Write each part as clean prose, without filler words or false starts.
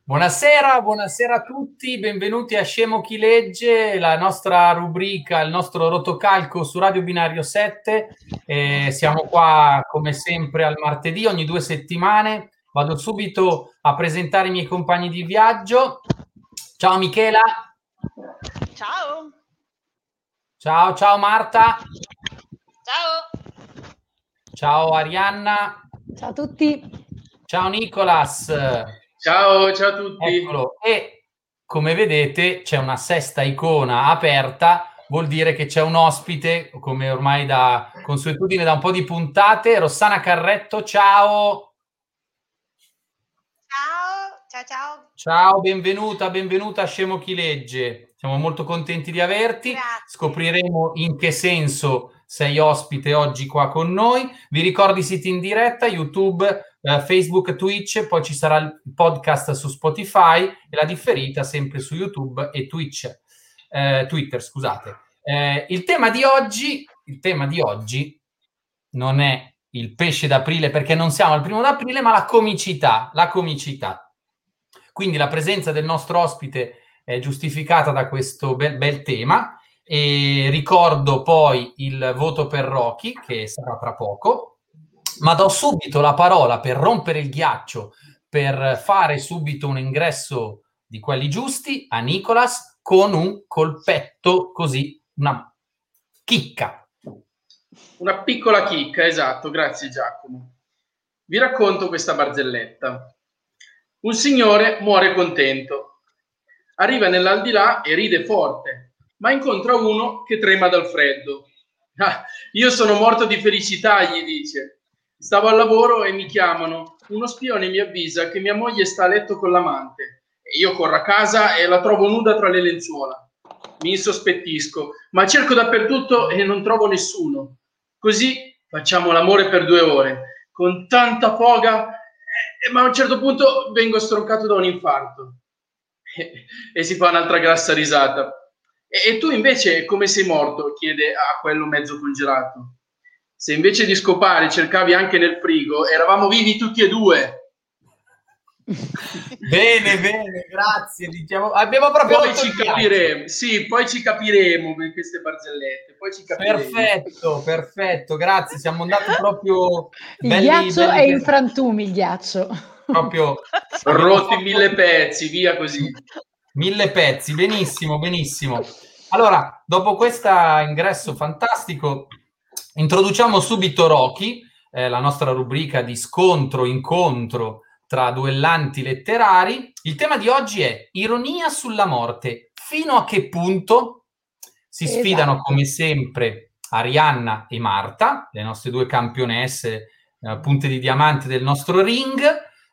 Buonasera, buonasera a tutti, benvenuti a Scemo chi legge, la nostra rubrica, il nostro rotocalco su Radio Binario 7. Siamo qua come sempre al martedì, ogni 2 settimane. Vado subito a presentare i miei compagni di viaggio. Ciao Michela. Ciao. Ciao, ciao Marta. Ciao. Ciao Arianna. Ciao a tutti. Ciao Nicolas. Ciao, ciao a tutti. Eccolo. E come vedete c'è una sesta icona aperta, vuol dire che c'è un ospite, come ormai da consuetudine da un po' di puntate. Rossana Carretto, ciao. Ciao. Ciao, benvenuta a Scemo chi legge. Siamo molto contenti di averti. Grazie. Scopriremo in che senso sei ospite oggi qua con noi. Vi ricordo i siti in diretta, YouTube, Facebook, Twitch, poi ci sarà il podcast su Spotify e la differita sempre su YouTube e Twitter, scusate. Il tema di oggi non è il pesce d'aprile perché non siamo al 1° d'aprile, ma la comicità. Quindi la presenza del nostro ospite è giustificata da questo bel tema. E ricordo poi il voto per Rocky, che sarà tra poco, ma do subito la parola per rompere il ghiaccio, per fare subito un ingresso di quelli giusti a Nicolas con un colpetto, così, una chicca. Una piccola chicca, esatto, grazie Giacomo. Vi racconto questa barzelletta. Un signore muore contento. Arriva nell'aldilà e ride forte, ma incontra uno che trema dal freddo. Ah, io sono morto di felicità, gli dice. Stavo al lavoro e mi chiamano. Uno spione mi avvisa che mia moglie sta a letto con l'amante. E io corro a casa e la trovo nuda tra le lenzuola. Mi insospettisco, ma cerco dappertutto e non trovo nessuno. Così facciamo l'amore per 2 ore, con tanta foga, ma a un certo punto vengo stroncato da un infarto. E si fa un'altra grassa risata. E tu invece come sei morto? Chiede a quello mezzo congelato. Se invece di scopare cercavi anche nel frigo, eravamo vivi tutti e 2. Bene, grazie. Abbiamo proprio Poi ci capiremo, sì, poi ci capiremo per queste barzellette. Poi ci capiremo. Perfetto, grazie. Siamo andati proprio il ghiaccio è in frantumi, il ghiaccio. Proprio rotti 1000 pezzi, via così. 1000 pezzi, benissimo. Allora, dopo questo ingresso fantastico, introduciamo subito Rocky, la nostra rubrica di scontro-incontro tra duellanti letterari. Il tema di oggi è ironia sulla morte. Fino a che punto si sfidano, come sempre, Arianna e Marta, le nostre 2 campionesse, punte di diamante del nostro ring.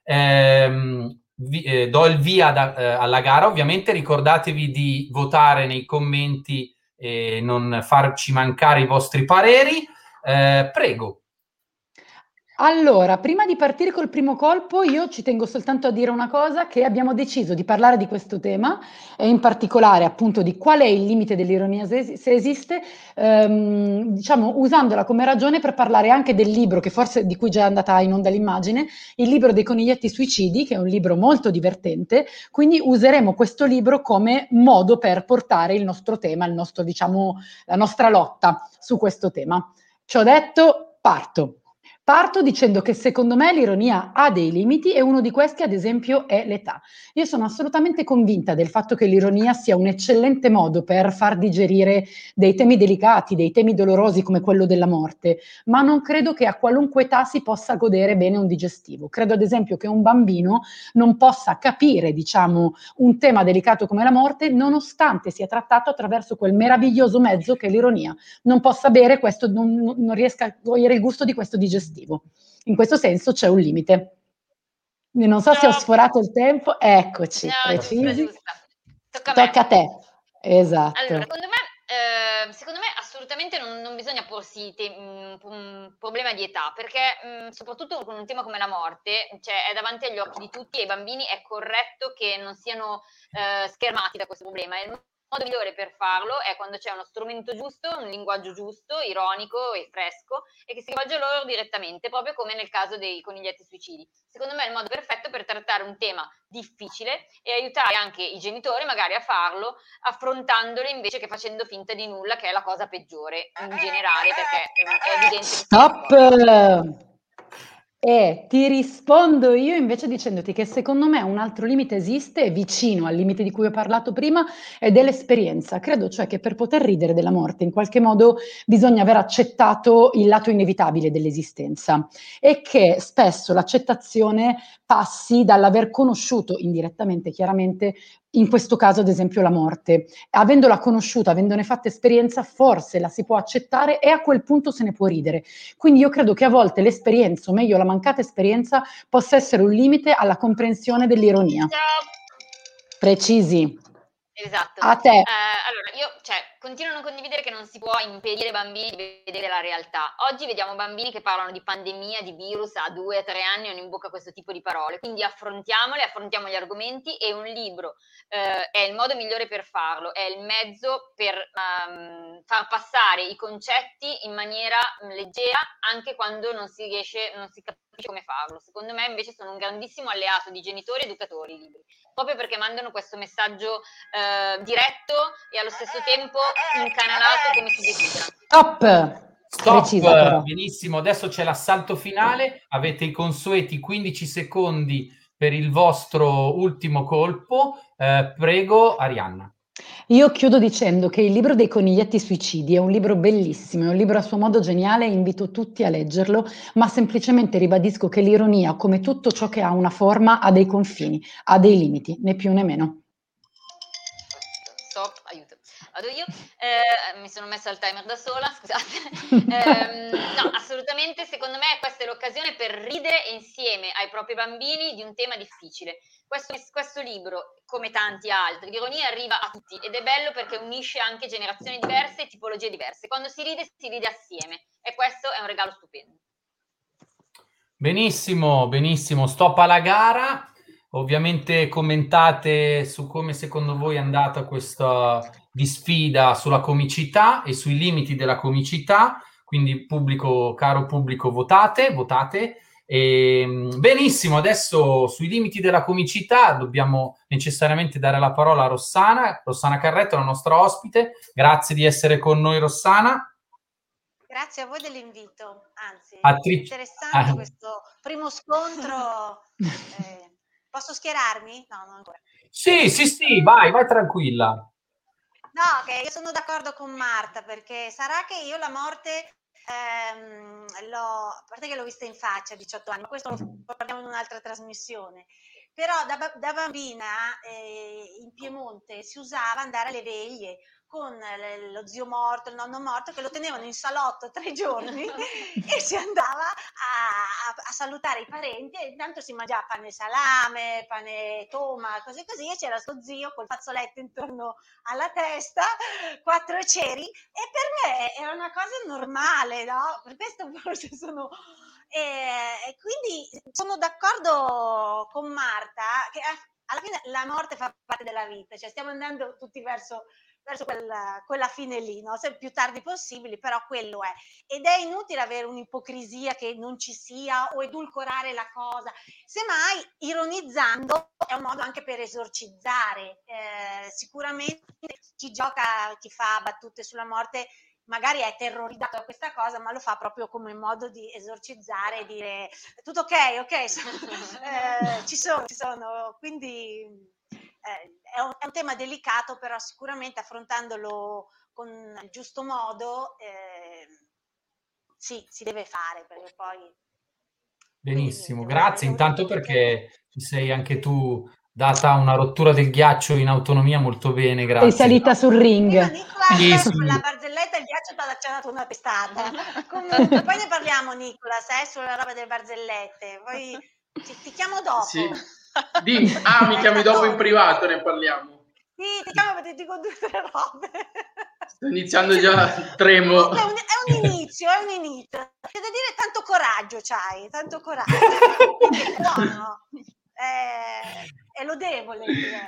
Do il via alla gara. Ovviamente ricordatevi di votare nei commenti e non farci mancare i vostri pareri. Prego. Allora, prima di partire col primo colpo, io ci tengo soltanto a dire una cosa, che abbiamo deciso di parlare di questo tema e in particolare appunto di qual è il limite dell'ironia se esiste, diciamo usandola come ragione per parlare anche del libro che forse di cui già è andata in onda l'immagine, il libro dei coniglietti suicidi, che è un libro molto divertente, quindi useremo questo libro come modo per portare il nostro tema, il nostro, diciamo, la nostra lotta su questo tema. Ciò detto, Parto dicendo che secondo me l'ironia ha dei limiti e uno di questi, ad esempio, è l'età. Io sono assolutamente convinta del fatto che l'ironia sia un eccellente modo per far digerire dei temi delicati, dei temi dolorosi come quello della morte, ma non credo che a qualunque età si possa godere bene un digestivo. Credo ad esempio che un bambino non possa capire, diciamo, un tema delicato come la morte, nonostante sia trattato attraverso quel meraviglioso mezzo che è l'ironia. Non possa bere questo, non riesca a cogliere il gusto di questo digestivo. In questo senso c'è un limite. Non so se ho sforato il tempo. Eccoci, no, precisi. Giusta. Tocca a te. Esatto. Allora, secondo me assolutamente non bisogna porsi un problema di età, perché soprattutto con un tema come la morte, cioè è davanti agli occhi di tutti e i bambini è corretto che non siano schermati da questo problema. È il modo migliore per farlo è quando c'è uno strumento giusto, un linguaggio giusto, ironico e fresco, e che si rivolge a loro direttamente, proprio come nel caso dei coniglietti suicidi. Secondo me è il modo perfetto per trattare un tema difficile e aiutare anche i genitori magari a farlo, affrontandolo invece che facendo finta di nulla, che è la cosa peggiore in generale, perché è evidente. Stop! E ti rispondo io invece dicendoti che secondo me un altro limite esiste, vicino al limite di cui ho parlato prima, ed è l'esperienza. Credo cioè che per poter ridere della morte in qualche modo bisogna aver accettato il lato inevitabile dell'esistenza e che spesso l'accettazione passi dall'aver conosciuto indirettamente, chiaramente, in questo caso ad esempio la morte. Avendola conosciuta, avendone fatta esperienza, forse la si può accettare e a quel punto se ne può ridere. Quindi io credo che a volte l'esperienza, o meglio la mancata esperienza, possa essere un limite alla comprensione dell'ironia. Precisi. Esatto. A te. Allora, io continuo a non condividere che non si può impedire ai bambini di vedere la realtà. Oggi vediamo bambini che parlano di pandemia, di virus, a 2-3 anni hanno in bocca questo tipo di parole, quindi affrontiamole, affrontiamo gli argomenti, e un libro è il modo migliore per farlo, è il mezzo per far passare i concetti in maniera leggera anche quando non si riesce, non si capisce come farlo. Secondo me invece sono un grandissimo alleato di genitori e educatori i libri, proprio perché mandano questo messaggio diretto e allo stesso tempo incanalato come si desidera. Stop! Stop, benissimo, adesso c'è l'assalto finale, avete i consueti 15 secondi per il vostro ultimo colpo, prego Arianna. Io chiudo dicendo che il libro dei coniglietti suicidi è un libro bellissimo, è un libro a suo modo geniale e invito tutti a leggerlo, ma semplicemente ribadisco che l'ironia, come tutto ciò che ha una forma, ha dei confini, ha dei limiti, né più né meno. Stop, aiuto. Vado io, mi sono messa il timer da sola, scusate. No, assolutamente, secondo me questa è l'occasione per ridere insieme ai propri bambini di un tema difficile. Questo libro, come tanti altri, l'ironia arriva a tutti ed è bello perché unisce anche generazioni diverse e tipologie diverse. Quando si ride assieme, e questo è un regalo stupendo. Benissimo, benissimo, stop alla gara. Ovviamente commentate su come secondo voi è andata questa di sfida sulla comicità e sui limiti della comicità, quindi caro pubblico, votate. Benissimo, adesso sui limiti della comicità dobbiamo necessariamente dare la parola a Rossana Carretto, la nostra ospite. Grazie di essere con noi, Rossana. Grazie a voi dell'invito, anzi, Interessante questo primo scontro. Posso schierarmi? No, non ancora. Sì, vai tranquilla. No, che io sono d'accordo con Marta, perché sarà che io la morte, a parte che l'ho vista in faccia a 18 anni, ma questo lo parliamo in un'altra trasmissione, però da bambina in Piemonte si usava andare alle veglie con lo zio morto, il nonno morto, che lo tenevano in salotto 3 giorni e si andava a salutare i parenti, e intanto si mangiava pane e salame, pane e toma, cose così, e c'era sto zio col fazzoletto intorno alla testa, 4 ceri, e per me era una cosa normale, no? Per questo forse sono... E quindi sono d'accordo con Marta che alla fine la morte fa parte della vita, cioè stiamo andando tutti verso quella fine lì, no? Se più tardi possibile, però quello è. Ed è inutile avere un'ipocrisia che non ci sia o edulcorare la cosa. Semmai, ironizzando è un modo anche per esorcizzare. Sicuramente chi gioca, chi fa battute sulla morte, magari è terrorizzato da questa cosa, ma lo fa proprio come modo di esorcizzare e dire tutto ok, ci sono, quindi... è un tema delicato, però sicuramente affrontandolo con il giusto modo sì, si deve fare, perché poi... Benissimo, grazie intanto perché ci sei anche tu data una rottura del ghiaccio in autonomia molto bene, grazie. Sei salita sul ring. Nicolas, con la barzelletta il ghiaccio ci ha dato una testata. Comunque, poi ne parliamo, Nicolas, sulla roba delle barzellette. Poi ti chiamo dopo. Sì. Mi chiami dopo in privato, ne parliamo. Sì, ti chiamo perché ti dico 2 o 3 robe. Sto iniziando già, tremo. È un inizio. C'è da dire tanto coraggio c'hai, tanto coraggio. È buono. È lodevole, direi.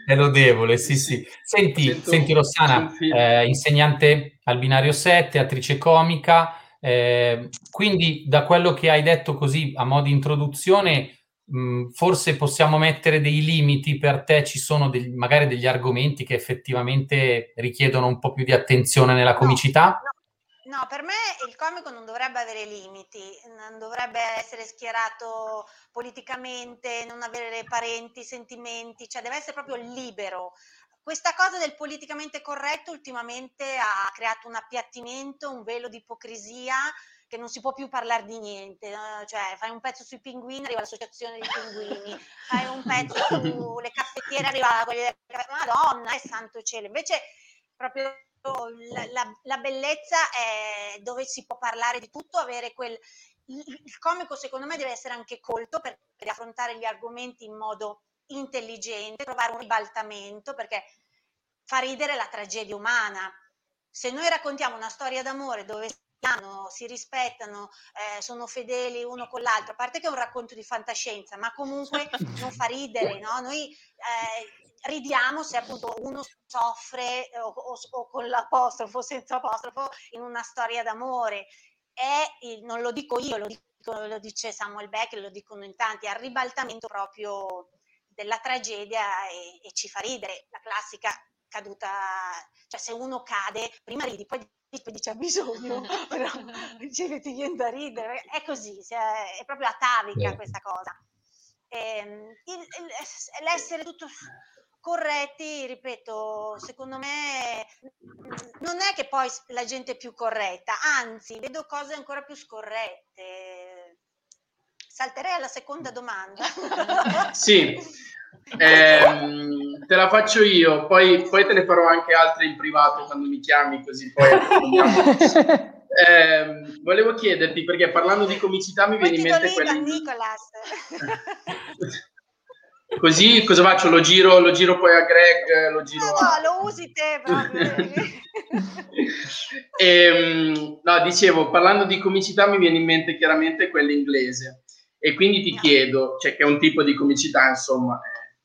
È lodevole, sì, sì. Senti Rossana, insegnante al binario 7, attrice comica, quindi da quello che hai detto così a mo' di introduzione, forse possiamo mettere dei limiti per te, ci sono magari degli argomenti che effettivamente richiedono un po' più di attenzione nella comicità? No, per me il comico non dovrebbe avere limiti, non dovrebbe essere schierato politicamente, non avere parenti, sentimenti, cioè deve essere proprio libero. Questa cosa del politicamente corretto ultimamente ha creato un appiattimento, un velo di ipocrisia che non si può più parlare di niente, cioè fai un pezzo sui pinguini, arriva l'associazione dei pinguini, fai un pezzo sulle caffettiere, arriva quelli del caffè, Madonna, è santo cielo, invece proprio la bellezza è dove si può parlare di tutto, avere il comico secondo me deve essere anche colto per affrontare gli argomenti in modo intelligente, trovare un ribaltamento, perché fa ridere la tragedia umana. Se noi raccontiamo una storia d'amore dove si rispettano, sono fedeli uno con l'altro, a parte che è un racconto di fantascienza, ma comunque non fa ridere, no? Noi ridiamo se appunto uno soffre o con l'apostrofo, senza apostrofo, in una storia d'amore. Non lo dico io, lo dice Samuel Beckett, lo dicono in tanti, è il ribaltamento proprio della tragedia e ci fa ridere. La classica caduta, cioè se uno cade, prima ridi, poi dice ha bisogno, però ti viene da ridere, è così, è proprio atavica questa cosa. L'essere tutto corretti, ripeto, secondo me non è che poi la gente è più corretta, anzi vedo cose ancora più scorrette. Salterei alla seconda domanda. Sì, te la faccio io, poi te ne farò anche altre in privato quando mi chiami, così poi approfondiamo. Volevo chiederti, perché parlando di comicità mi viene in mente Nicolas. Così cosa faccio? Lo giro poi a Greg? Lo usi te proprio. No, dicevo, parlando di comicità mi viene in mente chiaramente quella inglese, e quindi ti chiedo, cioè che è un tipo di comicità insomma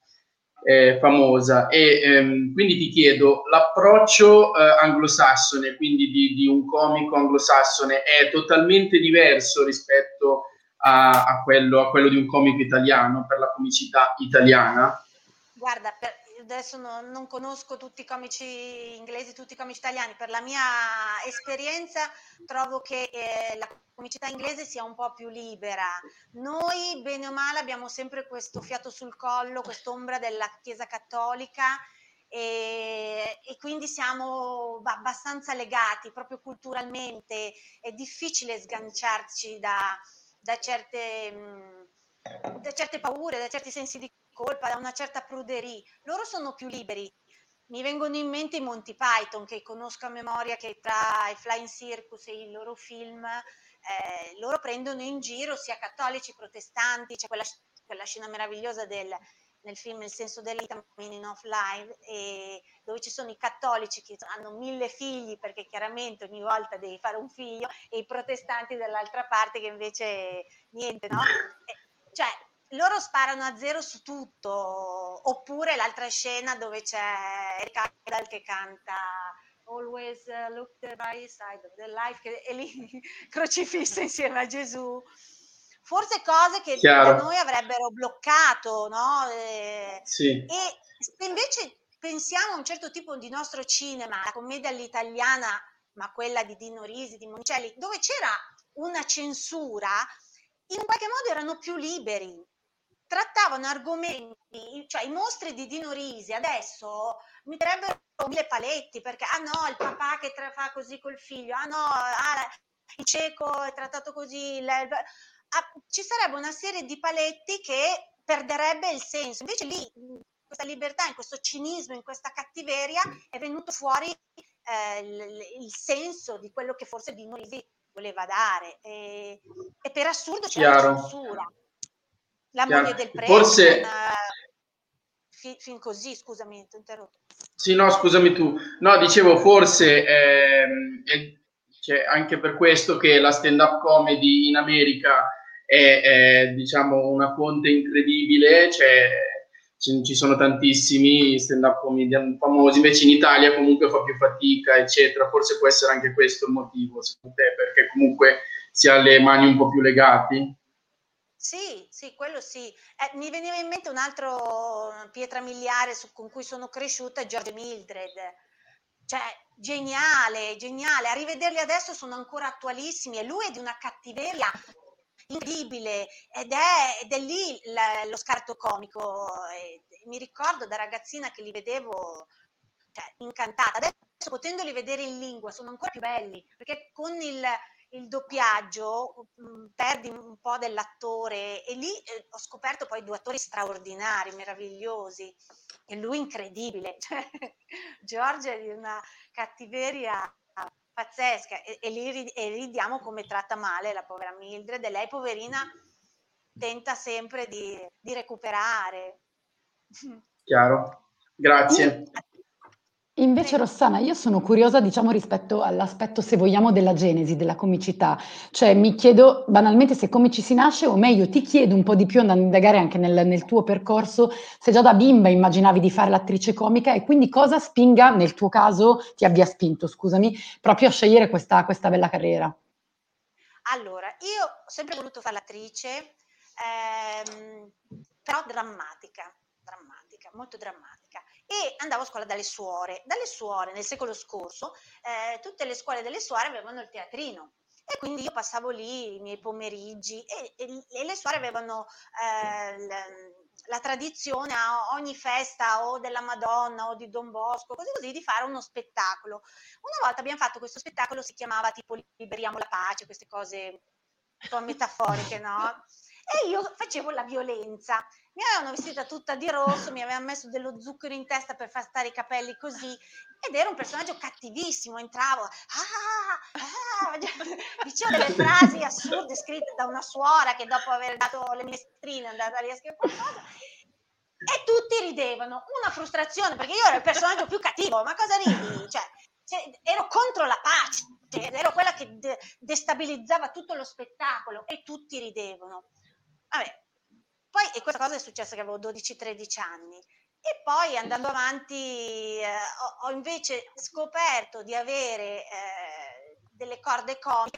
famosa, e quindi ti chiedo, l'approccio anglosassone, quindi di un comico anglosassone, è totalmente diverso rispetto a quello di un comico italiano, per la comicità italiana? Guarda, adesso non conosco tutti i comici inglesi, tutti i comici italiani, per la mia esperienza trovo che la comicità inglese sia un po' più libera. Noi, bene o male, abbiamo sempre questo fiato sul collo, quest'ombra della Chiesa cattolica, e quindi siamo abbastanza legati proprio culturalmente, è difficile sganciarci da certe paure, da certi sensi di colpa, da una certa pruderie. Loro sono più liberi. Mi vengono in mente i Monty Python, che conosco a memoria, che tra i Flying Circus e i loro film loro prendono in giro sia cattolici, protestanti. C'è quella scena meravigliosa nel film Il senso della vita, Meaning of Life, dove ci sono i cattolici che hanno 1000 figli, perché chiaramente ogni volta devi fare un figlio, e i protestanti dall'altra parte che invece niente, no? Cioè, loro sparano a zero su tutto. Oppure l'altra scena dove c'è Eric Idle che canta Always look the right side of the life, che è lì crocifisso insieme a Gesù. Forse cose che da noi avrebbero bloccato, no? Sì. E se invece pensiamo a un certo tipo di nostro cinema, la commedia all'italiana, ma quella di Dino Risi, di Monicelli, dove c'era una censura, in qualche modo erano più liberi, trattavano argomenti, cioè i mostri di Dino Risi adesso mi darebbero 1000 paletti, perché no, il papà che fa così col figlio, no, il cieco è trattato così, ci sarebbe una serie di paletti che perderebbe il senso. Invece lì, in questa libertà, in questo cinismo, in questa cattiveria, è venuto fuori il senso di quello che forse Dino Risi voleva dare, e per assurdo c'è la censura. La moglie del prete, forse fin così, scusami, ti ho interrotto. Sì, no, scusami tu. No, dicevo, forse cioè, anche per questo che la stand-up comedy in America è diciamo una fonte incredibile, ci sono tantissimi stand-up comedian famosi, invece in Italia comunque fa più fatica, eccetera. Forse può essere anche questo il motivo, secondo te, perché comunque si ha le mani un po' più legati? Sì, sì, quello sì. Mi veniva in mente un altro pietra miliare con cui sono cresciuta, è George Mildred. Cioè, geniale, geniale. A rivederli adesso sono ancora attualissimi e lui è di una cattiveria incredibile ed è lì lo scarto comico. Mi ricordo da ragazzina che li vedevo, cioè, incantata. Adesso potendoli vedere in lingua sono ancora più belli, perché con il doppiaggio perdi un po' dell'attore e lì ho scoperto poi due attori straordinari, meravigliosi e lui incredibile, cioè, George è di una cattiveria pazzesca e ridiamo come tratta male la povera Mildred e lei poverina tenta sempre di recuperare. Chiaro? In- Grazie. Invece, Prego. Rossana, io sono curiosa, diciamo, rispetto all'aspetto, se vogliamo, della genesi, della comicità. Cioè, mi chiedo banalmente se comici si nasce, o meglio, ti chiedo un po' di più, andando a indagare anche nel tuo percorso, se già da bimba immaginavi di fare l'attrice comica e quindi cosa spinga, nel tuo caso, ti abbia spinto, scusami, proprio a scegliere questa bella carriera. Allora, io ho sempre voluto fare l'attrice, però drammatica, molto drammatica. E andavo a scuola dalle suore. Dalle suore, nel secolo scorso, tutte le scuole delle suore avevano il teatrino. E quindi io passavo lì i miei pomeriggi e le suore avevano la tradizione a ogni festa o della Madonna o di Don Bosco, così, di fare uno spettacolo. Una volta abbiamo fatto questo spettacolo, si chiamava tipo Liberiamo la pace, queste cose un po' metaforiche, no? E io facevo la violenza. Mi avevano vestita tutta di rosso, mi avevano messo dello zucchero in testa per far stare i capelli così, ed ero un personaggio cattivissimo, entravo, dicevo delle frasi assurde scritte da una suora che dopo aver dato le minestrine è andata lì a scrivere qualcosa, e tutti ridevano, una frustrazione, perché io ero il personaggio più cattivo, ma cosa ridi? Cioè, ero contro la pace, ero quella che destabilizzava tutto lo spettacolo e tutti ridevano. Vabbè, poi e questa cosa è successa che avevo 12-13 anni e poi andando avanti ho invece scoperto di avere delle corde comiche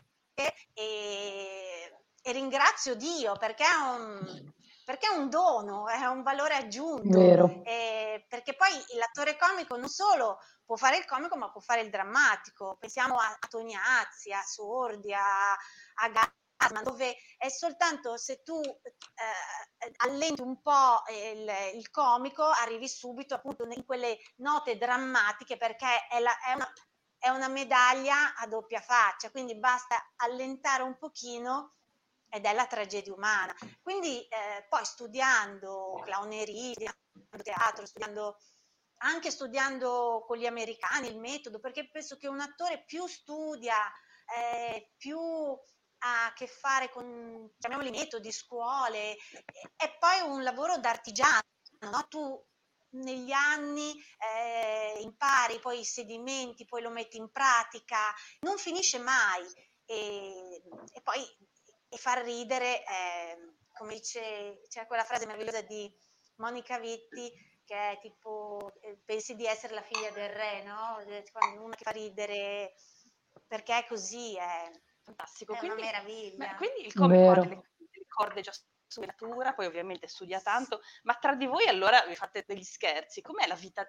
e ringrazio Dio perché è un dono, è un valore aggiunto, Vero. perché poi l'attore comico non solo può fare il comico ma può fare il drammatico. Pensiamo a Tognazzi, a Sordi, a Gassman, dove è soltanto se tu allenti un po' il comico arrivi subito appunto in quelle note drammatiche, perché è una medaglia a doppia faccia, quindi basta allentare un pochino ed è la tragedia umana. Quindi poi studiando clowneria, studiando teatro, anche studiando con gli americani il metodo, perché penso che un attore più studia, più ha a che fare con, chiamiamoli metodi, scuole, è poi un lavoro d'artigiano, no? Tu negli anni impari, poi i sedimenti, poi lo metti in pratica, non finisce mai. E poi e far ridere, come dice, c'è quella frase meravigliosa di Monica Vitti che è tipo pensi di essere la figlia del re, no? Quando uno che fa ridere perché è così, Fantastico, è una quindi, meraviglia. quindi il comico ha delle corde già su natura, poi ovviamente studia tanto, ma tra di voi allora vi fate degli scherzi, com'è la vita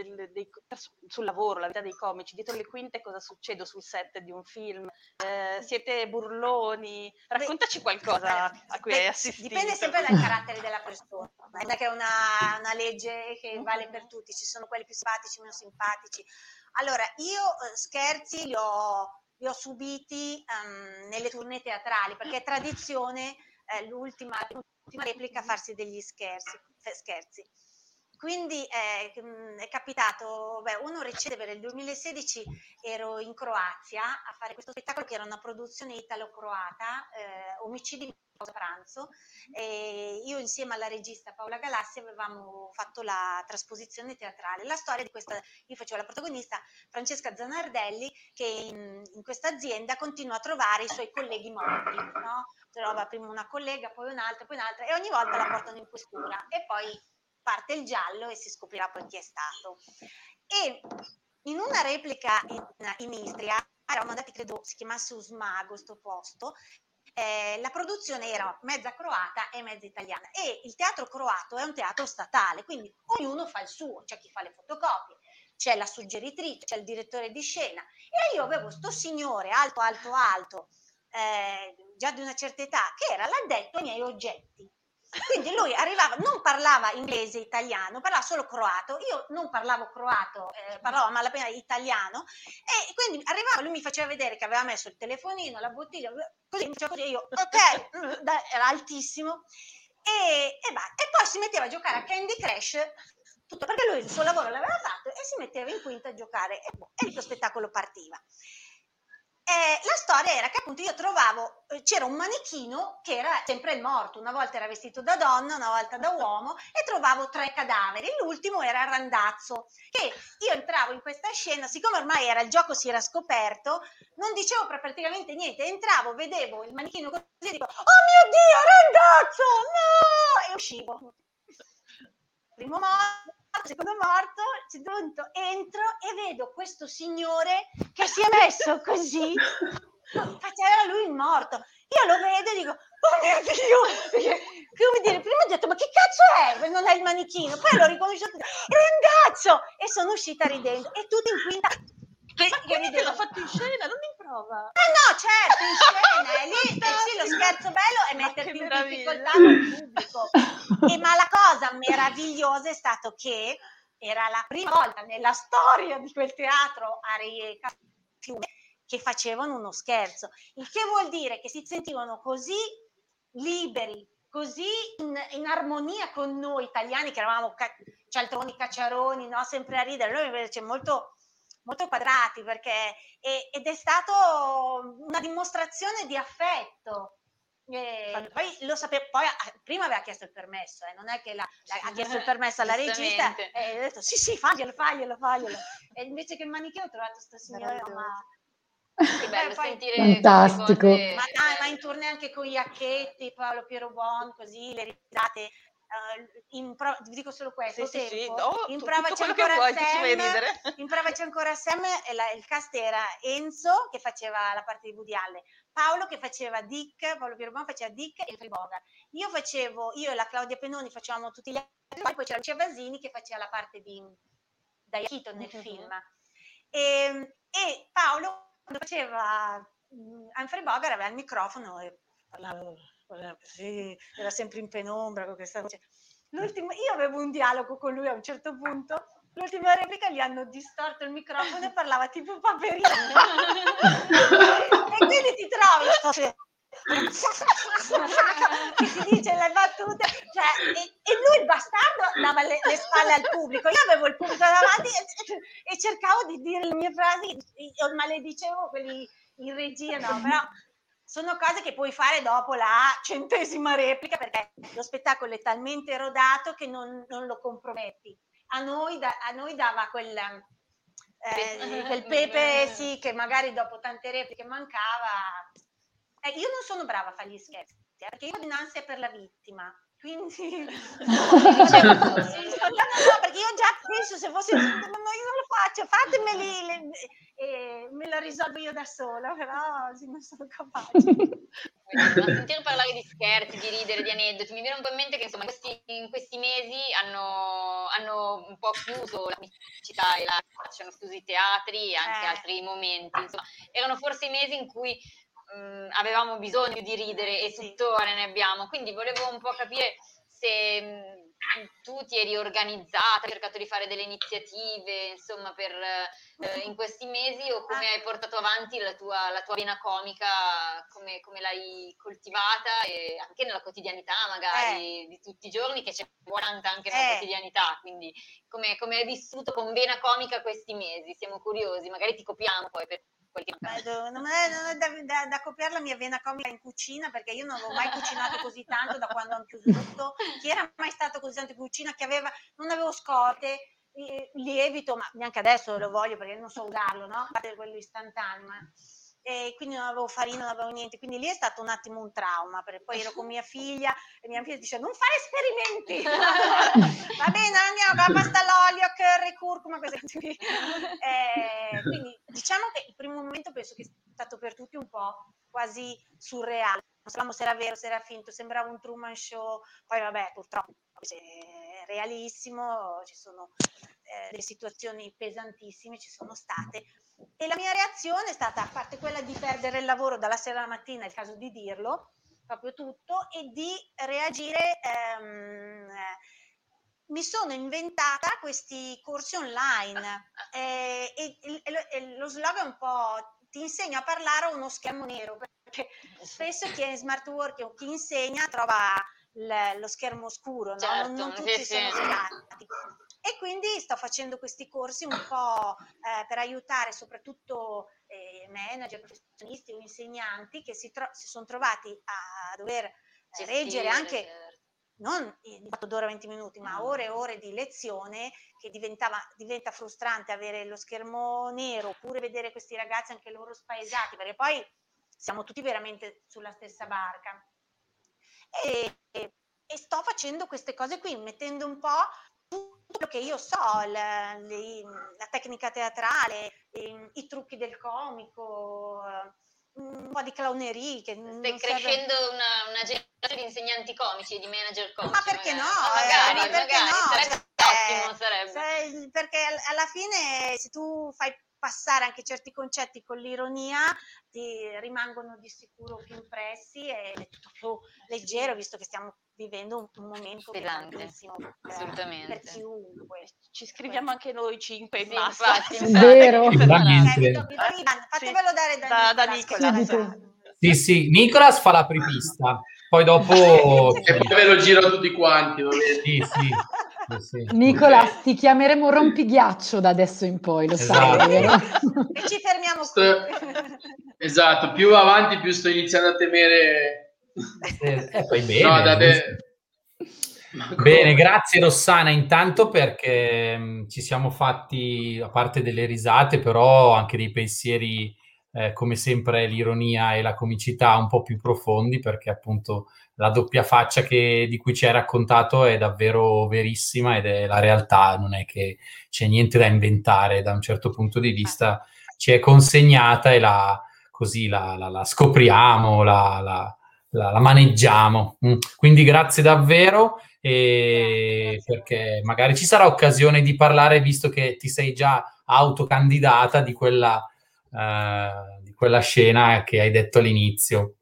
sul lavoro, la vita dei comici, dietro le quinte cosa succede sul set di un film, siete burloni, raccontaci qualcosa a cui hai assistito. Dipende sempre dal carattere della persona, non è che è una legge che vale per tutti, ci sono quelli più simpatici, meno simpatici. Allora, io scherzi li ho subiti nelle tournée teatrali, perché è tradizione l'ultima replica farsi degli scherzi. Quindi è capitato, uno recente, nel 2016 ero in Croazia a fare questo spettacolo che era una produzione italo-croata, Omicidi in pausa pranzo, e io insieme alla regista Paola Galassi avevamo fatto la trasposizione teatrale. La storia di questa, io facevo la protagonista Francesca Zanardelli che in questa azienda continua a trovare i suoi colleghi morti, no? Trova prima una collega, poi un'altra e ogni volta la portano in questura e poi parte il giallo e si scoprirà poi chi è stato. E in una replica in Istria, eravamo andati, credo si chiamasse Usmago sto posto, la produzione era mezza croata e mezza italiana, e il teatro croato è un teatro statale, quindi ognuno fa il suo, c'è chi fa le fotocopie, c'è la suggeritrice, c'è il direttore di scena, e io avevo sto signore alto, già di una certa età, che era l'addetto ai miei oggetti. Quindi lui arrivava, non parlava inglese, italiano, parlava solo croato. Io non parlavo croato, parlavo a malapena italiano, e quindi arrivava, lui mi faceva vedere che aveva messo il telefonino, la bottiglia, così, io, ok, era altissimo, e poi si metteva a giocare a Candy Crush, tutto perché lui il suo lavoro l'aveva fatto, e si metteva in quinta a giocare, e lo spettacolo partiva. La storia era che appunto io trovavo, c'era un manichino che era sempre il morto, una volta era vestito da donna, una volta da uomo, e trovavo 3 cadaveri, l'ultimo era il randazzo, che io entravo in questa scena, siccome ormai il gioco si era scoperto, non dicevo praticamente niente, entravo, vedevo il manichino così e dico, oh mio Dio, randazzo, no! E uscivo. Primo morto, secondo morto, entro e vedo questo signore che si è messo così, faceva lui il morto. Io lo vedo e dico, oh mio Dio, come dire, prima ho detto, ma che cazzo è? Non è il manichino, poi l'ho riconosciuto, randazzo, e sono uscita ridendo, e tutti in quinta. Che l'ho fatto in scena, non in prova. No, certo, in scena, è lì, sì, lo scherzo bello è metterti in difficoltà col pubblico. Ma la cosa meravigliosa è stato che era la prima volta nella storia di quel teatro a Fiume che facevano uno scherzo, il che vuol dire che si sentivano così liberi, così in armonia con noi italiani, che eravamo cialtroni, cacciaroni, no? Sempre a ridere. Noi invece molto quadrati, perché ed è stato una dimostrazione di affetto. Poi lo sapevo, poi prima aveva chiesto il permesso, non è che ha chiesto il permesso alla regista e ha detto sì, faglielo, e invece che il manichino ho trovato sto signore, che bello poi, sentire fantastico. ma in tournée anche con Iacchetti, Paolo Piero Bon, così le risate. Vi dico solo questo, sì. In prova c'è ancora Sam, e il cast era Enzo che faceva la parte di Woody Allen, Paolo che faceva Dick, Paolo Piero Bon faceva Dick e Humphrey Bogart, io e la Claudia Pennoni facevamo tutti gli altri, poi c'era Lucia Vasini che faceva la parte di Diane Keaton nel film, e Paolo quando faceva Humphrey Bogart aveva il microfono e parlava sì, era sempre in penombra con questa voce. Io avevo un dialogo con lui a un certo punto, l'ultima replica gli hanno distorto il microfono e parlava tipo Paperino. E quindi ti trovi che ti dice le battute, e lui il bastardo dava le spalle al pubblico, io avevo il pubblico davanti e cercavo di dire le mie frasi, maledicevo quelli in regia, no, però sono cose che puoi fare dopo la 100ª replica, perché lo spettacolo è talmente rodato che non lo comprometti. A noi dava quel pepe, sì, che magari dopo tante repliche mancava. Io non sono brava a fare gli scherzi, perché io ho un'ansia per la vittima, quindi no, perché io già penso, se fosse io non lo faccio, fatemeli me la risolvo io da sola, però non sono capace. Ma sentire parlare di scherzi, di ridere, di aneddoti, mi viene un po' in mente che insomma in questi mesi hanno un po' chiuso la comicità e ci hanno chiuso i teatri e anche altri momenti, insomma erano forse i mesi in cui avevamo bisogno di ridere e tuttora ne abbiamo, quindi volevo un po' capire se tu ti eri organizzata, hai cercato di fare delle iniziative, insomma, per in questi mesi, o come hai portato avanti la tua vena comica, come l'hai coltivata, e anche nella quotidianità magari di tutti i giorni, che c'è tanta anche nella quotidianità, quindi come hai vissuto con vena comica questi mesi? Siamo curiosi, magari ti copiamo poi per non è da copiare la mia vena comica in cucina, perché io non avevo mai cucinato così tanto da quando hanno chiuso tutto. Chi era mai stato così tanto in cucina, non avevo scorte, lievito, ma neanche adesso lo voglio perché non so usarlo, no? A parte quello istantaneo, e quindi non avevo farina, non avevo niente, quindi lì è stato un attimo un trauma, perché poi ero con mia figlia e mia figlia dice non fare esperimenti. Va bene, fa basta l'olio, curry, curcuma, cose così. Quindi diciamo che il primo momento penso che è stato per tutti un po' quasi surreale. Non sapevamo se era vero, se era finto, sembrava un Truman Show. Poi vabbè, purtroppo è realissimo, ci sono delle situazioni pesantissime, ci sono state. E la mia reazione è stata, a parte quella di perdere il lavoro dalla sera alla mattina, è il caso di dirlo, proprio tutto, e di reagire. Mi sono inventata questi corsi online e lo slogan è un po' ti insegno a parlare a uno schermo nero, perché spesso chi è in smart working o chi insegna trova lo schermo scuro, no? Certo, non tutti sono segati. E quindi sto facendo questi corsi un po' per aiutare soprattutto manager, professionisti o insegnanti che si sono trovati a dover reggere anche non in 4 ore 20 minuti, ma ore e ore di lezione, che diventa frustrante avere lo schermo nero, oppure vedere questi ragazzi anche loro spaesati, perché poi siamo tutti veramente sulla stessa barca. E sto facendo queste cose qui, mettendo un po' tutto quello che io so, la tecnica teatrale, i trucchi del comico, un po' di clownerie. Stai crescendo una generazione di insegnanti comici, di manager comici. Ma perché magari. no? Magari, sarebbe ottimo, sarebbe. Perché alla fine se tu fai passare anche certi concetti con l'ironia ti rimangono di sicuro più impressi e è tutto più leggero, visto che stiamo vivendo un momento pesantissimo per chiunque. Ci scriviamo anche noi 5 in massa. Infatti, vero. Fatevelo dare da Nicolas. Sì, Nicolas fa la prepista, poi dopo e poi ve lo giro a tutti quanti, va bene? Sì. Nicolas, ti chiameremo rompighiaccio da adesso in poi, lo sai, vero? E ci fermiamo qui. Esatto, più avanti più sto iniziando a temere. Poi bene. Bene, grazie Rossana intanto, perché ci siamo fatti, a parte delle risate, però anche dei pensieri, come sempre l'ironia e la comicità un po' più profondi, perché appunto la doppia faccia di cui ci hai raccontato è davvero verissima ed è la realtà, non è che c'è niente da inventare da un certo punto di vista, ci è consegnata e così la scopriamo, la maneggiamo. Quindi grazie davvero, perché magari ci sarà occasione di parlare, visto che ti sei già autocandidata di quella scena che hai detto all'inizio.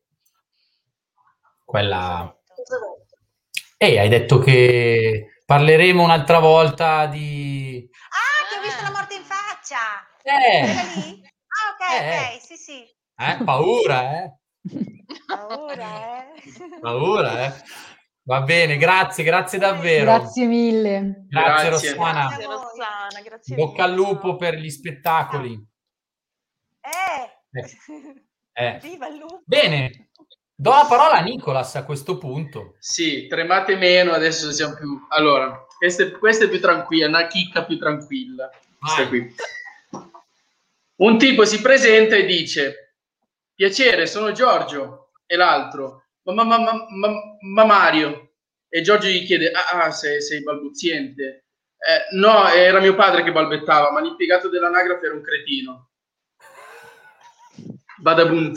Quella. Hai detto che parleremo un'altra volta di. Che ho visto La morte in faccia! Quella lì? Ok, sì. Paura, Paura, Va bene, grazie davvero. Grazie mille. Grazie Rossana. Grazie Rossana, grazie Bocca al lupo per gli spettacoli. Viva il lupo. Bene, do la parola a Nicolas a questo punto. Sì, tremate meno, adesso siamo più. Allora, questa è più tranquilla, una chicca più tranquilla. Questa qui. Un tipo si presenta e dice: piacere, sono Giorgio. E l'altro: ma Mario. E Giorgio gli chiede: sei balbuziente. No, era mio padre che balbettava, ma l'impiegato dell'anagrafe era un cretino. Badabum.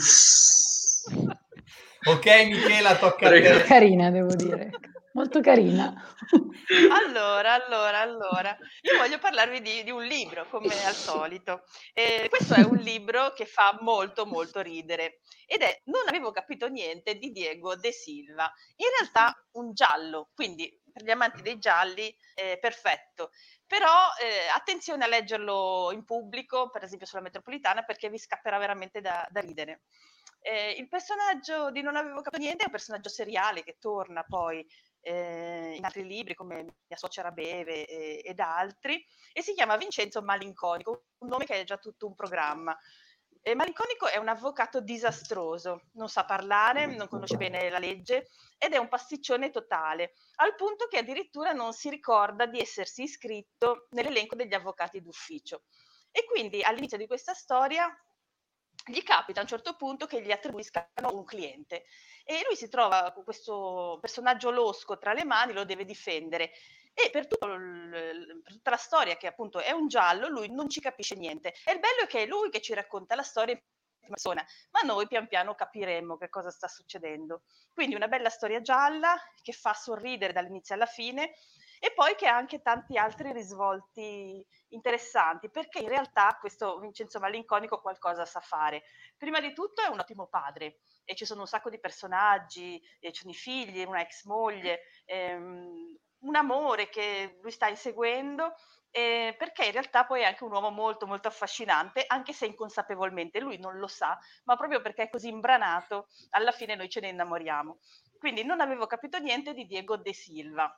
Ok, Michela, tocca a te. Carina, devo dire. Molto carina. Allora, io voglio parlarvi di un libro, come al solito. Questo è un libro che fa molto, molto ridere ed è Non avevo capito niente di Diego De Silva. In realtà un giallo, quindi per gli amanti dei gialli perfetto. Però attenzione a leggerlo in pubblico, per esempio sulla metropolitana, perché vi scapperà veramente da ridere. Il personaggio di Non avevo capito niente è un personaggio seriale che torna poi in altri libri come Mia suocera beve ed altri, e si chiama Vincenzo Malinconico, un nome che è già tutto un programma. Malinconico è un avvocato disastroso, non sa parlare, non conosce bene la legge ed è un pasticcione totale, al punto che addirittura non si ricorda di essersi iscritto nell'elenco degli avvocati d'ufficio. E quindi all'inizio di questa storia gli capita a un certo punto che gli attribuiscano un cliente e lui si trova con questo personaggio losco tra le mani, lo deve difendere e per tutta la storia, che appunto è un giallo, lui non ci capisce niente. E il bello è che è lui che ci racconta la storia in prima persona, ma noi pian piano capiremo che cosa sta succedendo. Quindi una bella storia gialla che fa sorridere dall'inizio alla fine, e poi che ha anche tanti altri risvolti interessanti, perché in realtà questo Vincenzo Malinconico qualcosa sa fare. Prima di tutto è un ottimo padre, e ci sono un sacco di personaggi, ci sono i figli, una ex moglie, un amore che lui sta inseguendo, perché in realtà poi è anche un uomo molto molto affascinante, anche se inconsapevolmente lui non lo sa, ma proprio perché è così imbranato, alla fine noi ce ne innamoriamo. Quindi non avevo capito niente di Diego De Silva.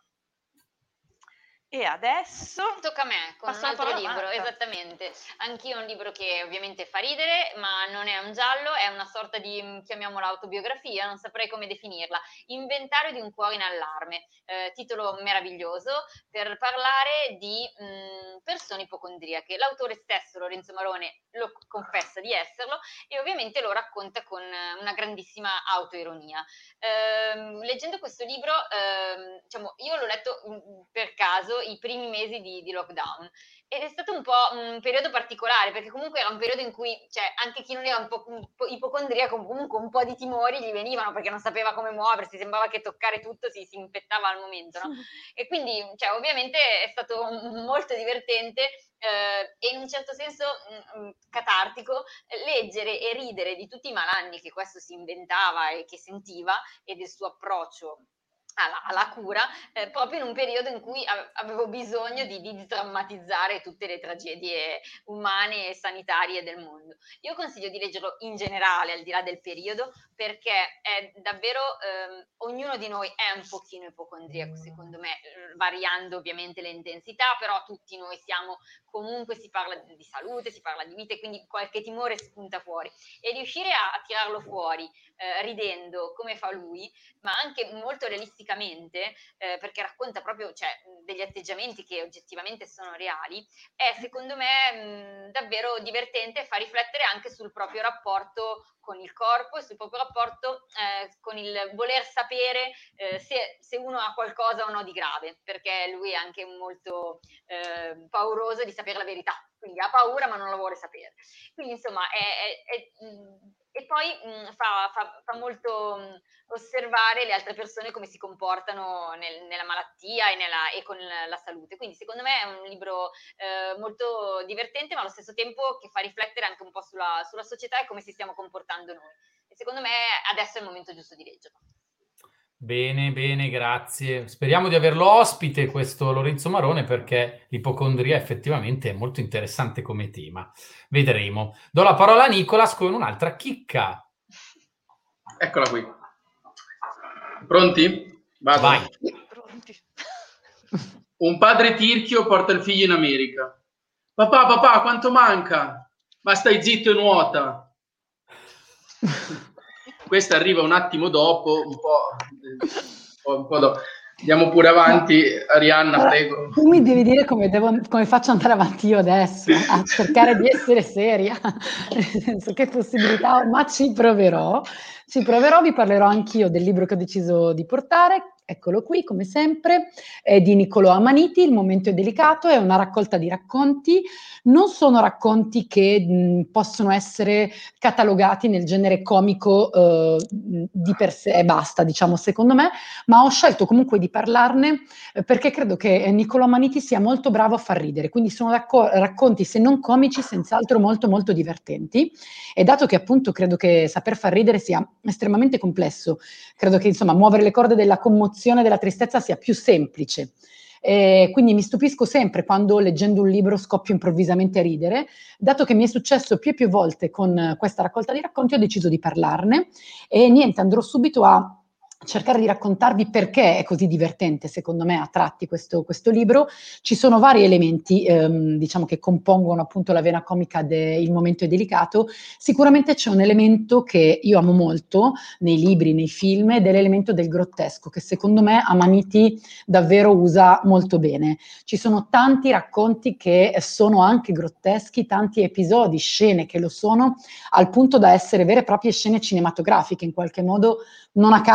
E adesso tocca a me con un altro libro, esattamente. Anch'io un libro che ovviamente fa ridere, ma non è un giallo, è una sorta di, chiamiamola autobiografia, non saprei come definirla. Inventario di un cuore in allarme, titolo meraviglioso, per parlare di persone ipocondriache. L'autore stesso, Lorenzo Marone, lo confessa di esserlo, e ovviamente lo racconta con una grandissima autoironia. Leggendo questo libro, diciamo, io l'ho letto per caso i primi mesi di lockdown, ed è stato un po' un periodo particolare, perché comunque era un periodo in cui, cioè, anche chi non era un po' ipocondriaco, comunque un po' di timori gli venivano, perché non sapeva come muoversi, sembrava che toccare tutto si infettava al momento, no? E quindi, cioè, ovviamente è stato molto divertente e in un certo senso catartico leggere e ridere di tutti i malanni che questo si inventava e che sentiva, e del suo approccio alla cura, proprio in un periodo in cui avevo bisogno di drammatizzare tutte le tragedie umane e sanitarie del mondo. Io consiglio di leggerlo in generale, al di là del periodo, perché è davvero, ognuno di noi è un pochino ipocondriaco, secondo me, variando ovviamente le intensità, però tutti noi siamo, comunque si parla di salute, si parla di vite, quindi qualche timore spunta fuori, e riuscire a tirarlo fuori ridendo come fa lui, ma anche molto realisticamente, perché racconta proprio, cioè, degli atteggiamenti che oggettivamente sono reali, è secondo me davvero divertente e fa riflettere anche sul proprio rapporto con il corpo e sul proprio rapporto con il voler sapere se uno ha qualcosa o no di grave, perché lui è anche molto pauroso di sapere la verità, quindi ha paura ma non la vuole sapere. Quindi insomma e poi fa molto osservare le altre persone come si comportano nella malattia e con la salute. Quindi secondo me è un libro molto divertente, ma allo stesso tempo che fa riflettere anche un po' sulla società e come si stiamo comportando noi. E secondo me adesso è il momento giusto di leggerlo. Bene, bene, grazie. Speriamo di averlo ospite, questo Lorenzo Marone, perché l'ipocondria effettivamente è molto interessante come tema. Vedremo. Do la parola a Nicolas con un'altra chicca. Eccola qui. Pronti? Vado. Vai. Pronti. Un padre tirchio porta il figlio in America. Papà, quanto manca? Ma stai zitto e nuota. Questa arriva un attimo dopo, un po' dopo. Andiamo pure avanti. Arianna, prego. Tu mi devi dire come faccio ad andare avanti io adesso, a cercare di essere seria, nel senso, che possibilità ho, ma ci proverò, vi parlerò anch'io del libro che ho deciso di portare. Eccolo qui, come sempre, è di Niccolò Amaniti, Il momento è delicato, è una raccolta di racconti, non sono racconti che possono essere catalogati nel genere comico di per sé e basta, diciamo, secondo me, ma ho scelto comunque di parlarne perché credo che Niccolò Amaniti sia molto bravo a far ridere, quindi sono racconti, se non comici, senz'altro molto molto divertenti, e dato che appunto credo che saper far ridere sia estremamente complesso, credo che insomma muovere le corde della commozione, della tristezza sia più semplice. Quindi mi stupisco sempre quando leggendo un libro scoppio improvvisamente a ridere. Dato che mi è successo più e più volte con questa raccolta di racconti, ho deciso di parlarne e niente, andrò subito a cercare di raccontarvi perché è così divertente, secondo me, a tratti questo libro. Ci sono vari elementi, diciamo, che compongono appunto la vena comica Il momento è delicato. Sicuramente c'è un elemento che io amo molto nei libri, nei film, ed è l'elemento del grottesco, che secondo me Amaniti davvero usa molto bene. Ci sono tanti racconti che sono anche grotteschi, tanti episodi, scene che lo sono, al punto da essere vere e proprie scene cinematografiche, in qualche modo, non a caso da molti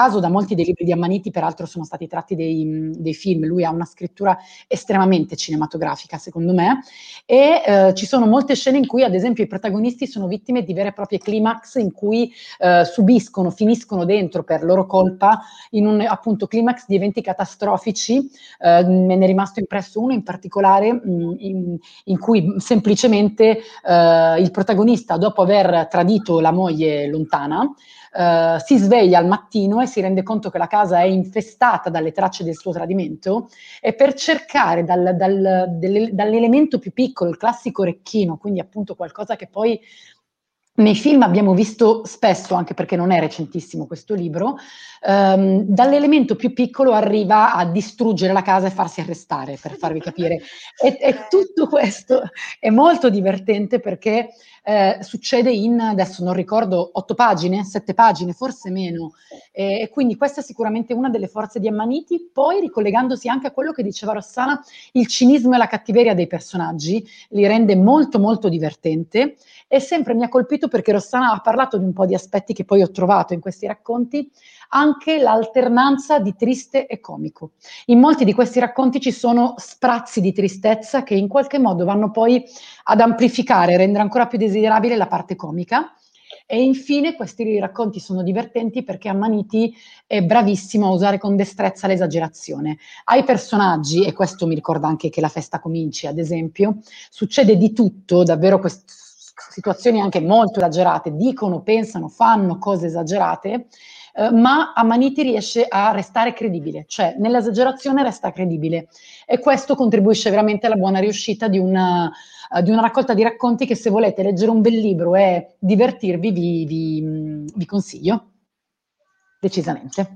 molti dei libri di Ammaniti peraltro sono stati tratti dei film, lui ha una scrittura estremamente cinematografica secondo me, e ci sono molte scene in cui ad esempio i protagonisti sono vittime di vere e proprie climax in cui subiscono, finiscono dentro per loro colpa in un appunto climax di eventi catastrofici. Me ne è rimasto impresso uno in particolare in cui semplicemente il protagonista, dopo aver tradito la moglie lontana, si sveglia al mattino e si rende conto che la casa è infestata dalle tracce del suo tradimento, e per cercare dall'elemento più piccolo, il classico orecchino, quindi appunto qualcosa che poi nei film abbiamo visto spesso, anche perché non è recentissimo questo libro, dall'elemento più piccolo arriva a distruggere la casa e farsi arrestare, per farvi capire. E tutto questo è molto divertente perché succede in, adesso non ricordo, 8 pagine, 7 pagine, forse meno. E quindi questa è sicuramente una delle forze di Ammaniti. Poi, ricollegandosi anche a quello che diceva Rossana, il cinismo e la cattiveria dei personaggi li rende molto molto divertente. E sempre mi ha colpito perché Rossana ha parlato di un po' di aspetti che poi ho trovato in questi racconti, anche l'alternanza di triste e comico. In molti di questi racconti ci sono sprazzi di tristezza che in qualche modo vanno poi ad amplificare, rendere ancora più desiderabile la parte comica. E infine questi racconti sono divertenti perché Ammaniti è bravissimo a usare con destrezza l'esagerazione. Ai personaggi, e questo mi ricorda anche Che la festa cominci, ad esempio, succede di tutto, davvero situazioni anche molto esagerate, dicono, pensano, fanno cose esagerate, ma Ammaniti riesce a restare credibile, cioè nell'esagerazione resta credibile, e questo contribuisce veramente alla buona riuscita di una raccolta di racconti che, se volete leggere un bel libro e divertirvi, vi consiglio decisamente.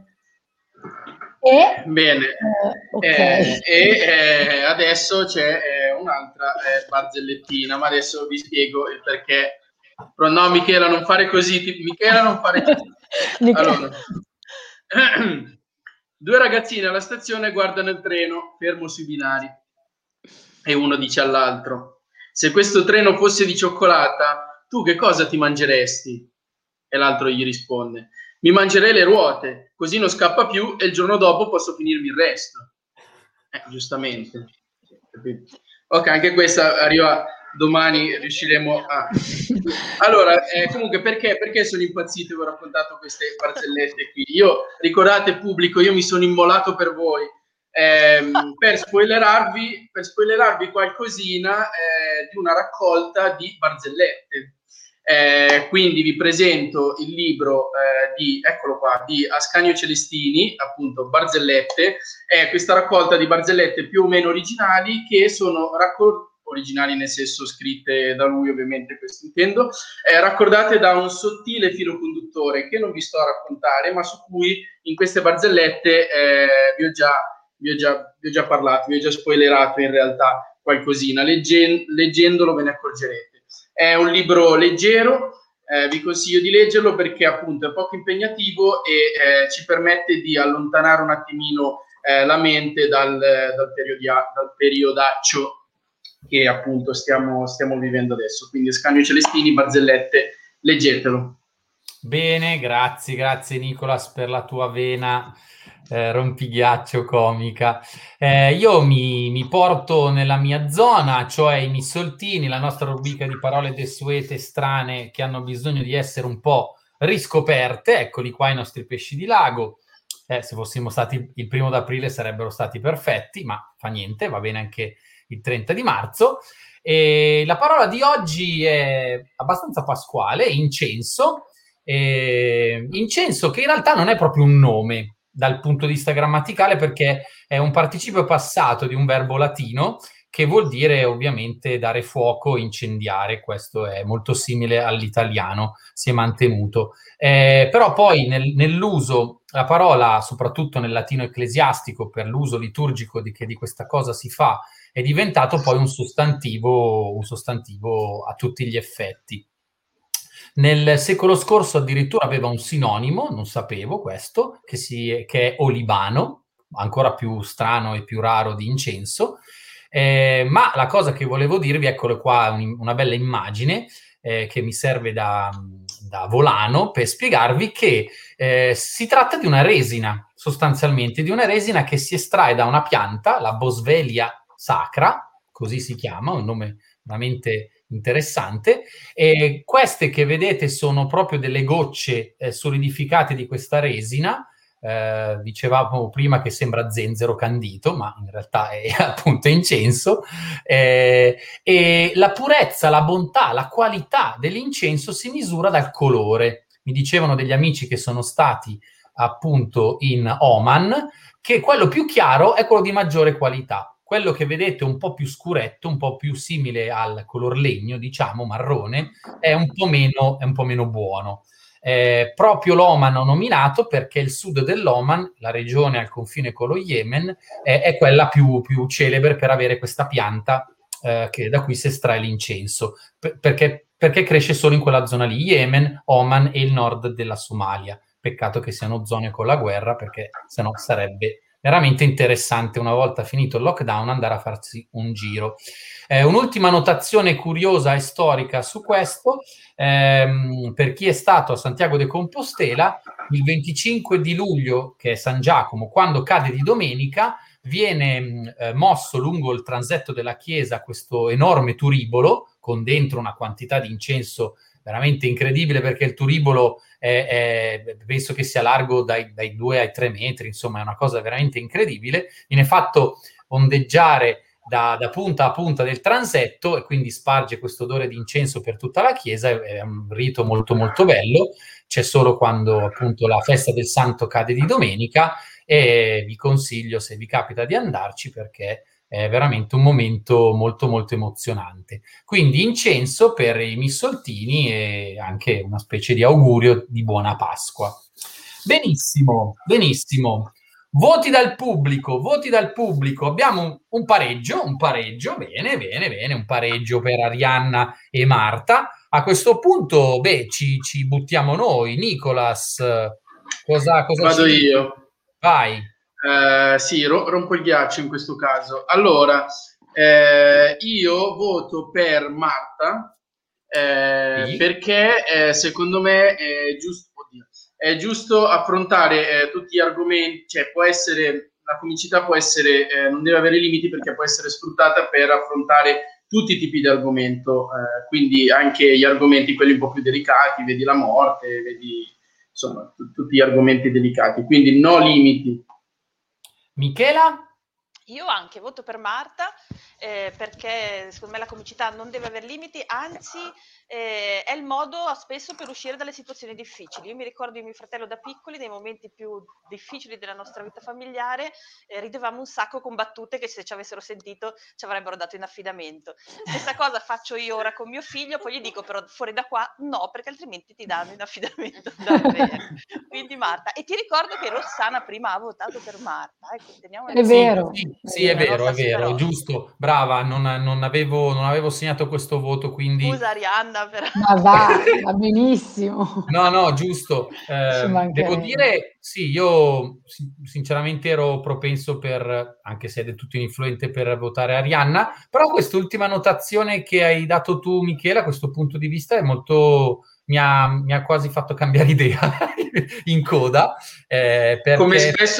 Bene, okay. Adesso c'è un'altra barzellettina, ma adesso vi spiego il perché. Però no, Michela, non fare così. Michela, non fare così. Allora, 2 ragazzine alla stazione guardano il treno fermo sui binari e uno dice all'altro: se questo treno fosse di cioccolata, tu che cosa ti mangeresti? E l'altro gli risponde: mi mangerei le ruote, così non scappa più e il giorno dopo posso finirmi il resto. Giustamente. Ok, anche questa arriva domani, riusciremo a... Allora, comunque, perché sono impazzito e vi ho raccontato queste barzellette qui? Ricordate pubblico, io mi sono immolato per voi, per spoilerarvi qualcosina di una raccolta di barzellette. Quindi vi presento il libro eccolo qua, di Ascanio Celestini, appunto Barzellette. È questa raccolta di barzellette più o meno originali, che sono originali nel senso scritte da lui, ovviamente, questo intendo, raccordate da un sottile filo conduttore che non vi sto a raccontare, ma su cui in queste barzellette vi ho già parlato, vi ho già spoilerato in realtà qualcosina. Leggendolo ve ne accorgerete. È un libro leggero, vi consiglio di leggerlo perché appunto è poco impegnativo e ci permette di allontanare un attimino la mente dal periodaccio che appunto stiamo vivendo adesso. Quindi Ascanio Celestini, barzellette, leggetelo. Bene, grazie Nicolas per la tua vena rompighiaccio comica. Io mi porto nella mia zona, cioè i missoltini, la nostra rubrica di parole desuete, strane, che hanno bisogno di essere un po' riscoperte. Eccoli qua i nostri pesci di lago. Se fossimo stati il 1° d'aprile sarebbero stati perfetti, ma fa niente, va bene anche il 30 di marzo. E la parola di oggi è abbastanza pasquale, incenso. Incenso, che in realtà non è proprio un nome dal punto di vista grammaticale, perché è un participio passato di un verbo latino che vuol dire ovviamente dare fuoco, incendiare. Questo è molto simile all'italiano, si è mantenuto. Però poi nell'uso, la parola, soprattutto nel latino ecclesiastico, per l'uso liturgico che di questa cosa si fa, è diventato poi un sostantivo a tutti gli effetti. Nel secolo scorso addirittura aveva un sinonimo, non sapevo questo, che è olibano, ancora più strano e più raro di incenso. Ma la cosa che volevo dirvi, eccolo qua, una bella immagine che mi serve da da volano per spiegarvi che si tratta di una resina, sostanzialmente, di una resina che si estrae da una pianta, la Boswellia sacra, così si chiama, un nome veramente interessante, e queste che vedete sono proprio delle gocce solidificate di questa resina. Dicevamo prima che sembra zenzero candito, ma in realtà è appunto incenso, e la purezza, la bontà, la qualità dell'incenso si misura dal colore. Mi dicevano degli amici che sono stati appunto in Oman che quello più chiaro è quello di maggiore qualità. Quello che vedete un po' più scuretto, un po' più simile al color legno, diciamo marrone, è un po' meno buono. Proprio l'Oman ho nominato perché il sud dell'Oman, la regione al confine con lo Yemen, è quella più celebre per avere questa pianta che da cui si estrae l'incenso, perché cresce solo in quella zona lì, Yemen, Oman e il nord della Somalia. Peccato che siano zone con la guerra, perché sennò sarebbe veramente interessante, una volta finito il lockdown, andare a farsi un giro. Un'ultima notazione curiosa e storica su questo, per chi è stato a Santiago de Compostela, il 25 di luglio, che è San Giacomo, quando cade di domenica, viene mosso lungo il transetto della chiesa questo enorme turibolo, con dentro una quantità di incenso veramente incredibile, perché il turibolo penso che sia largo dai 2 ai 3 metri, insomma è una cosa veramente incredibile. Viene fatto ondeggiare da punta a punta del transetto e quindi sparge questo odore di incenso per tutta la chiesa. È un rito molto molto bello, c'è solo quando appunto la festa del santo cade di domenica, e vi consiglio, se vi capita, di andarci, perché è veramente un momento molto molto emozionante. Quindi incenso per i missoltini e anche una specie di augurio di buona Pasqua. Benissimo, benissimo. Voti dal pubblico. Abbiamo un pareggio, bene, un pareggio per Arianna e Marta. A questo punto, ci buttiamo noi. Nicolas, cosa Vado ci dici? io. Vai. Sì, rompo il ghiaccio in questo caso. Allora, io voto per Marta, Sì. perché secondo me è giusto affrontare tutti gli argomenti, cioè la comicità può essere, non deve avere limiti, perché può essere sfruttata per affrontare tutti i tipi di argomento, quindi anche gli argomenti, quelli un po' più delicati, vedi la morte, vedi insomma tutti gli argomenti delicati, quindi no limiti. Michela? Io anche voto per Marta, perché secondo me la comicità non deve avere limiti, anzi è il modo spesso per uscire dalle situazioni difficili. Io mi ricordo di mio fratello da piccoli, nei momenti più difficili della nostra vita familiare, ridevamo un sacco con battute che, se ci avessero sentito, ci avrebbero dato in affidamento. Stessa cosa faccio io ora con mio figlio, poi gli dico però fuori da qua no, perché altrimenti ti danno in affidamento davvero. Quindi Marta. E ti ricordo che Rossana prima ha votato per Marta. Teniamo È vero. Sì, è vero, giusto, brava, non avevo segnato questo voto, quindi... Scusa Arianna, però... Ma va benissimo. No, giusto. Devo dire, sì, io sinceramente ero propenso anche se è del tutto influente, per votare Arianna, però quest'ultima notazione che hai dato tu, Michela, questo punto di vista è molto... Mi ha quasi fatto cambiare idea in coda. Perché... Come spesso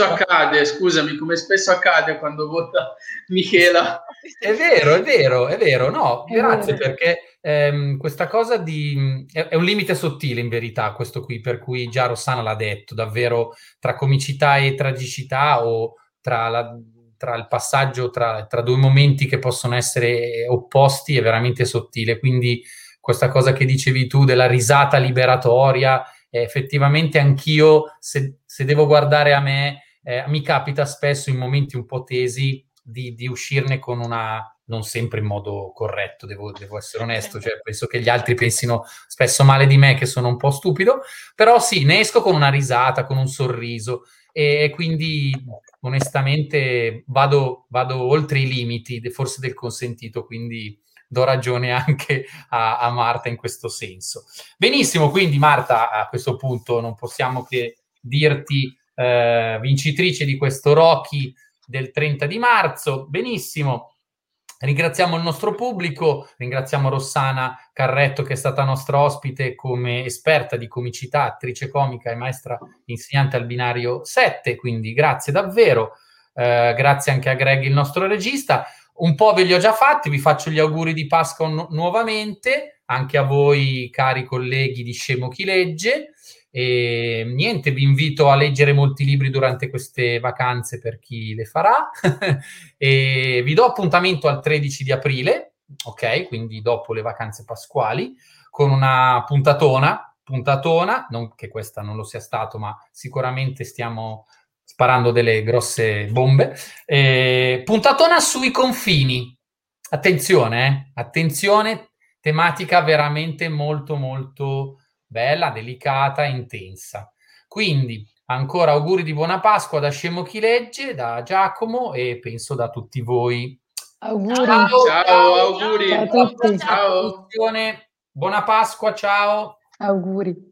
accade quando vota Michela. È vero, no, grazie, perché questa cosa è un limite sottile, in verità, questo qui, per cui già Rossana l'ha detto, davvero, tra comicità e tragicità, o tra il passaggio tra 2 momenti che possono essere opposti, è veramente sottile. Quindi questa cosa che dicevi tu della risata liberatoria, effettivamente anch'io, se devo guardare a me, mi capita spesso in momenti un po' tesi di uscirne con non sempre in modo corretto, devo essere onesto, cioè penso che gli altri pensino spesso male di me, che sono un po' stupido, però sì, ne esco con una risata, con un sorriso, e quindi onestamente vado oltre i limiti, forse del consentito, quindi do ragione anche a Marta in questo senso. Benissimo, quindi Marta, a questo punto non possiamo che dirti vincitrice di questo Rocky del 30 di marzo. Benissimo. Ringraziamo il nostro pubblico, ringraziamo Rossana Carretto che è stata nostra ospite come esperta di comicità, attrice comica e maestra insegnante al binario 7, quindi grazie davvero, grazie anche a Greg il nostro regista. Un po' ve li ho già fatti, vi faccio gli auguri di Pasqua nuovamente, anche a voi cari colleghi di Scemo Chi Legge. E niente, vi invito a leggere molti libri durante queste vacanze per chi le farà e vi do appuntamento al 13 di aprile, ok? Quindi dopo le vacanze pasquali, con una puntatona, non che questa non lo sia stato, ma sicuramente stiamo sparando delle grosse bombe. Puntatona sui confini. Attenzione, attenzione, tematica veramente molto molto bella, delicata, intensa. Quindi ancora auguri di buona Pasqua da Scemo Chi Legge, da Giacomo e penso da tutti voi. Auguri. Ciao, auguri. Ciao a tutti. Ciao. Buona Pasqua, ciao. Auguri.